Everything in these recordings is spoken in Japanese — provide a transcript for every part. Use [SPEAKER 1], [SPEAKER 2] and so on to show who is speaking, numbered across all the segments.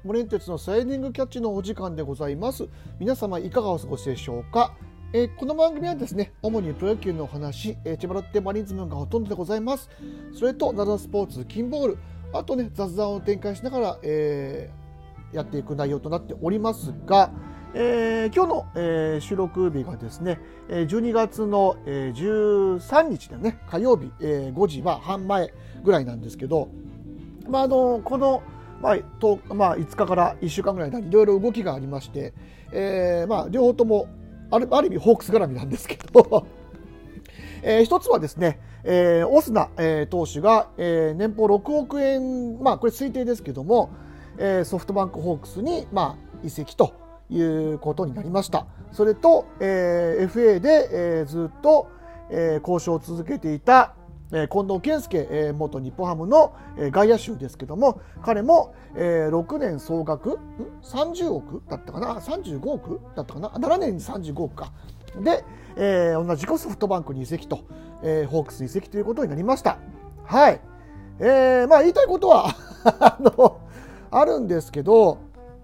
[SPEAKER 1] モレンテツのスライディングキャッチのお時間でございます。皆様いかがお過ごしでしょうか。この番組はですね、主にプロ野球のお話、千葉ロッテマリーンズムがほとんどでございます。それと灘スポーツ、金ボール、あとね雑談を展開しながら、やっていく内容となっておりますが、今日の、収録日がですね、12月の、13日だね、火曜日、5時半前ぐらいなんですけど、この5日から1週間ぐらいいろいろ動きがありまして、両方ともある意味ホークス絡みなんですけど一つはですね、オスナ、投手が、年俸6億円、これ推定ですけども、ソフトバンクホークスに、移籍ということになりました。それと、FA で、ずっと、交渉を続けていた近藤健介、元日本ハムの外野手ですけども、彼も6年総額30億だったかな、35億だったかな、7年に35億かで、同じくソフトバンクに移籍と、ホークスに移籍ということになりました。はい、言いたいことはあるんですけど、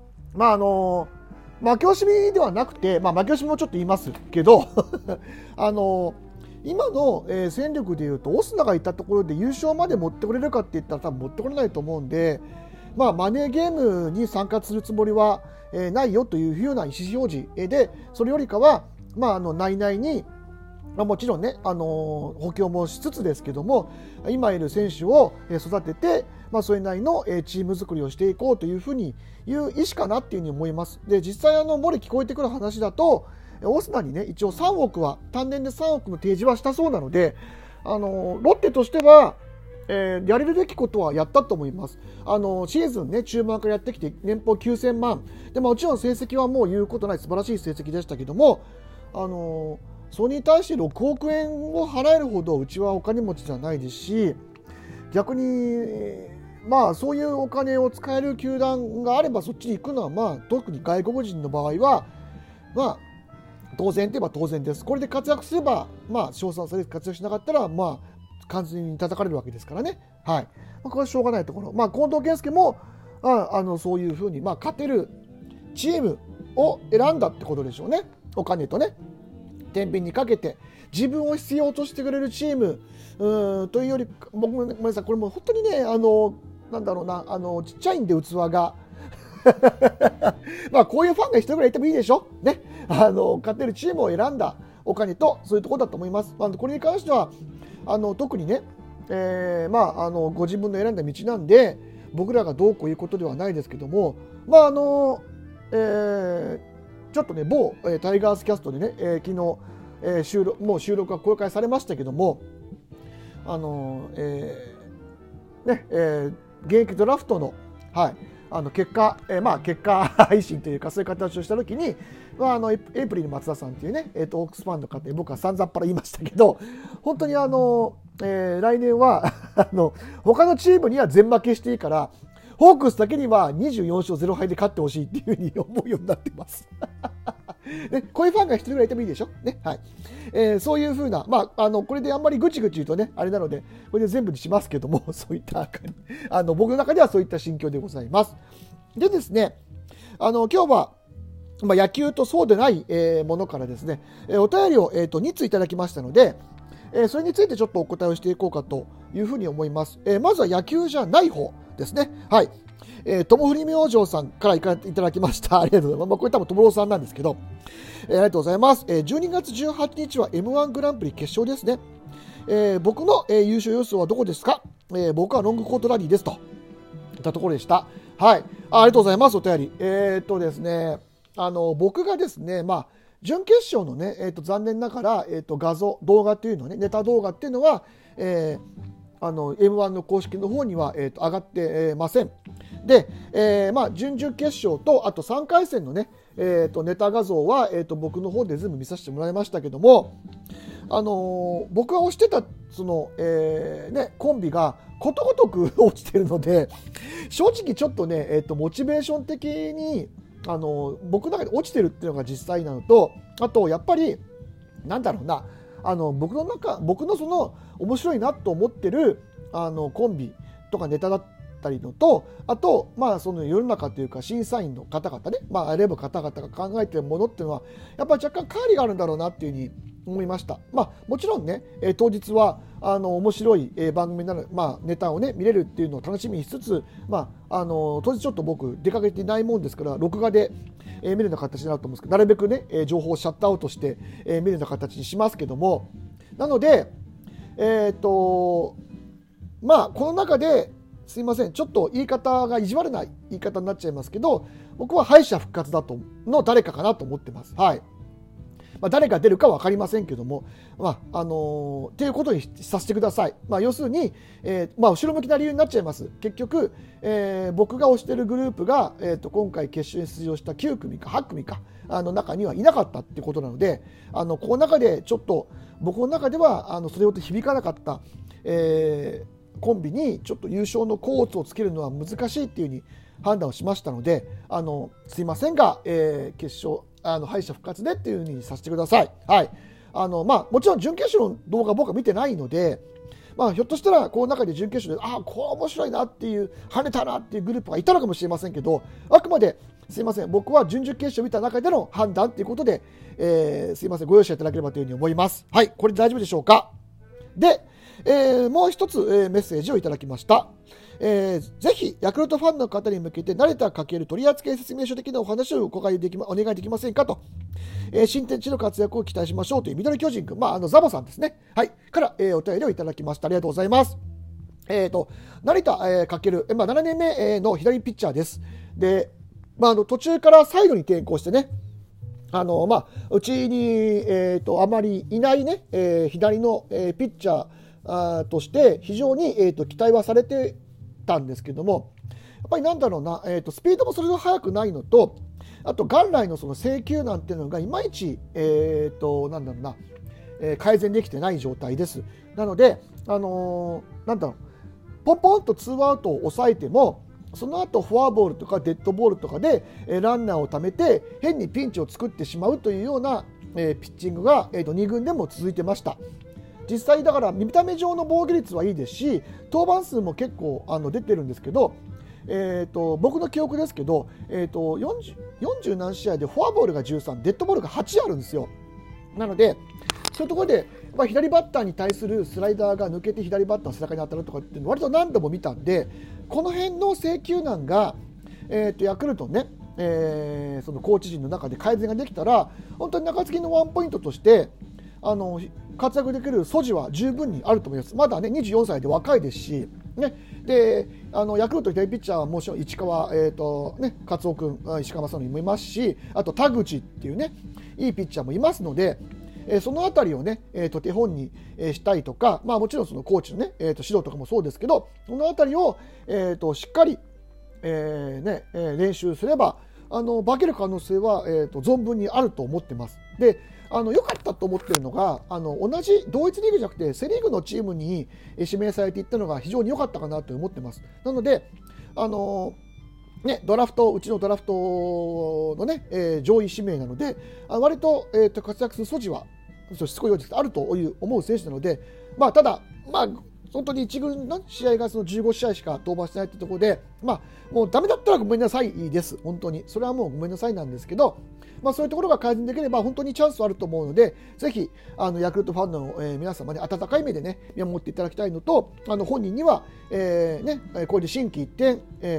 [SPEAKER 1] 負け惜しみではなくて、負け惜しみもちょっと言いますけど今の戦力でいうとオスナがいたところで優勝まで持ってこれるかって言ったら多分持ってこれないと思うんで、マネーゲームに参加するつもりはないよというふうな意思表示で、それよりかは内々にもちろんね補強もしつつですけども、今いる選手を育てて、それなりのチーム作りをしていこうというふうにいう意思かなっていうふうに思います。で、実際漏れ聞こえてくる話だとオスナにね一応3億は単年で3億の提示はしたそうなので、ロッテとしては、やれるべきことはやったと思います。シーズンね中盤からやってきて年俸9000万で、もちろん成績はもう言うことない素晴らしい成績でしたけども、それに対して6億円を払えるほどうちはお金持ちじゃないですし、逆にそういうお金を使える球団があればそっちに行くのは、特に外国人の場合は当然といえば当然です。これで活躍すれば称賛される、活躍しなかったら完全に叩かれるわけですからね。はい、これはしょうがないところ。近藤健介もそういうふうに勝てるチームを選んだってことでしょうね。お金とね天秤にかけて自分を必要としてくれるチームというより、僕もごめんなさい、これも本当にねなんだろうな、ちっちゃいんで器がこういうファンが一人ぐらいいてもいいでしょね。勝てるチームを選んだお金とそういうところだと思います。これに関しては特にね、ご自分の選んだ道なんで僕らがどうこういうことではないですけども、ちょっとね某タイガースキャストでね、昨日、収録が公開されましたけども、現役ドラフトの、結果配信というかそういう形をしたときに、エイプリル松田さんというね、オークスファンの方で僕は散々言いましたけど、本当に来年は他のチームには全負けしていいからホークスだけには24勝0敗で勝ってほしいっていうふうに思うようになってますね、こういうファンが一人ぐらいいてもいいでしょ、ね。はい、そういうふうな、これであんまりぐちぐち言うとねあれなのでこれで全部にしますけども、そういった僕の中ではそういった心境でございます。でですね、今日は野球とそうでない、ものからですね、お便りを、2ついただきましたので、それについてちょっとお答えをしていこうかというふうに思います。まずは野球じゃない方ですね。はい、友振明星さんからいただきました。ありがとうございます。これ多分友郎さんなんですけど、ありがとうございます。12月18日は M1 グランプリ決勝ですね。僕の、優勝予想はどこですか。僕はロングコートラリーですといったところでした。はい、ありがとうございます。お便り。ですね、僕がですね、準決勝のね、残念ながら、動画っていうのね、ネタ動画っていうのは、M1 の公式の方には、上がって、ません。で、準々決勝とあと3回戦のね、ネタ画像は、僕の方で全部見させてもらいましたけども、僕が推してたその、コンビがことごとく落ちてるので、正直ちょっとね、モチベーション的に僕の中で落ちてるっていうのが実際なのと、あとやっぱりなんだろうな、僕のその面白いなと思ってるコンビとかネタだっったりのと、あと、その世の中というか審査員の方々ね、選ぶ方々が考えているものっていうのはやっぱり若干乖離があるんだろうなっていうふうに思いました。もちろんね、当日は面白い番組なの、ネタをね見れるっていうのを楽しみにしつつ、当日ちょっと僕出かけていないもんですから録画で見るような形になると思うんですけど、なるべくね情報をシャットアウトして見るような形にしますけども、なのでこの中ですいません、ちょっと言い方が意地悪な言い方になっちゃいますけど、僕は敗者復活だとの誰かかなと思ってます。はい。誰が出るか分かりませんけども、っていうことにさせてください。要するに、後ろ向きな理由になっちゃいます。結局、僕が推しているグループが、今回決勝に出場した9組か8組かの中にはいなかったっていうことなので、この中でちょっと僕の中ではそれほど響かなかった、コンビにちょっと優勝のコーツをつけるのは難しいっていうふうに判断をしましたので、すいませんが、決勝敗者復活でっていう風にさせてください。はい。もちろん準決勝の動画僕は見てないので、ひょっとしたらこの中で準決勝でこう面白いなっていう跳ねたなっていうグループがいたのかもしれませんけど、あくまですいません、僕は準々決勝見た中での判断ということで、すいません、ご容赦いただければというふうに思います。はい、これで大丈夫でしょうか。で、もう一つ、メッセージをいただきました。ぜひヤクルトファンの方に向けて慣れた×取扱説明書的なお話をお願いできませんかと、新天地の活躍を期待しましょうという緑巨人君、ザボさんですね、はい、から、お便りをいただきました。ありがとうございます。成田、7年目の左ピッチャーです。で、途中からサイドに転向してね、うちに、あまりいないね、左の、ピッチャーとして非常に、期待はされてたんですけども、やっぱりなんだろうな、スピードもそれほど速くないのと、あと元来のその制球なんていうのがいまいち、なんだろうな、改善できてない状態です。なので、なんだろう、ポンポンと2アウトを抑えても、その後フォアボールとかデッドボールとかでランナーを貯めて変にピンチを作ってしまうというようなピッチングが2軍でも続いてました。実際だから見た目上の防御率はいいですし、登板数も結構出てるんですけど、僕の記憶ですけど、40何試合でフォアボールが13、デッドボールが8あるんですよ。なのでそういうところで左バッターに対するスライダーが抜けて左バッターの背中に当たるとかっていうの割と何度も見たんで、この辺の制球難が、ヤクルトね、そのコーチ陣の中で改善ができたら、本当に中継ぎのワンポイントとして活躍できる素地は十分にあると思います。まだね24歳で若いですし、ね、でヤクルト左ピッチャーはもちろん市川、勝尾君、石川正則もいますし、あと田口っていうねいいピッチャーもいますので、そのあたりをね、手本にしたいとか、もちろんそのコーチのね、指導とかもそうですけど、そのあたりを、しっかり、練習すれば化ける可能性は、存分にあると思ってます。で、良かったと思ってるのが同じ同一リーグじゃなくてセリーグのチームに指名されていったのが非常に良かったかなと思ってます。なのでドラフト、うちのドラフトのね、上位指名なので、割と、活躍する素地はしつこいようですけどあると思う選手なので、ただ本当に1軍の試合がその15試合しか登板してないってところで、もうダメだったらごめんなさいです。本当にそれはもうごめんなさいなんですけど、そういうところが改善できれば本当にチャンスあると思うので、ぜひヤクルトファンの、皆様に温かい目でね見守っていただきたいのと、本人には、これで心機一転、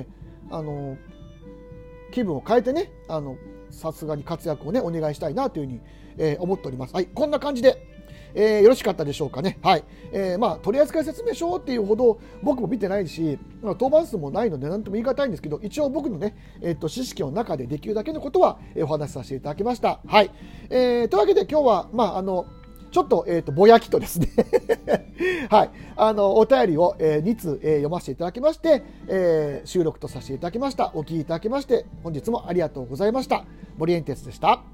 [SPEAKER 1] 気分を変えてねさすがに活躍をねお願いしたいなというふうに、思っております。はい、こんな感じでよろしかったでしょうかね。はい、取扱説明書っていうほど僕も見てないし、登板数もないので何とも言い難いんですけど、一応僕のね、知識の中でできるだけのことは、お話しさせていただきました。はい、というわけで今日はちょっと、ぼやきとですね、はい、お便りを、2通、読ませていただきまして、収録とさせていただきました。お聞きいただきまして本日もありがとうございました。森エンテスでした。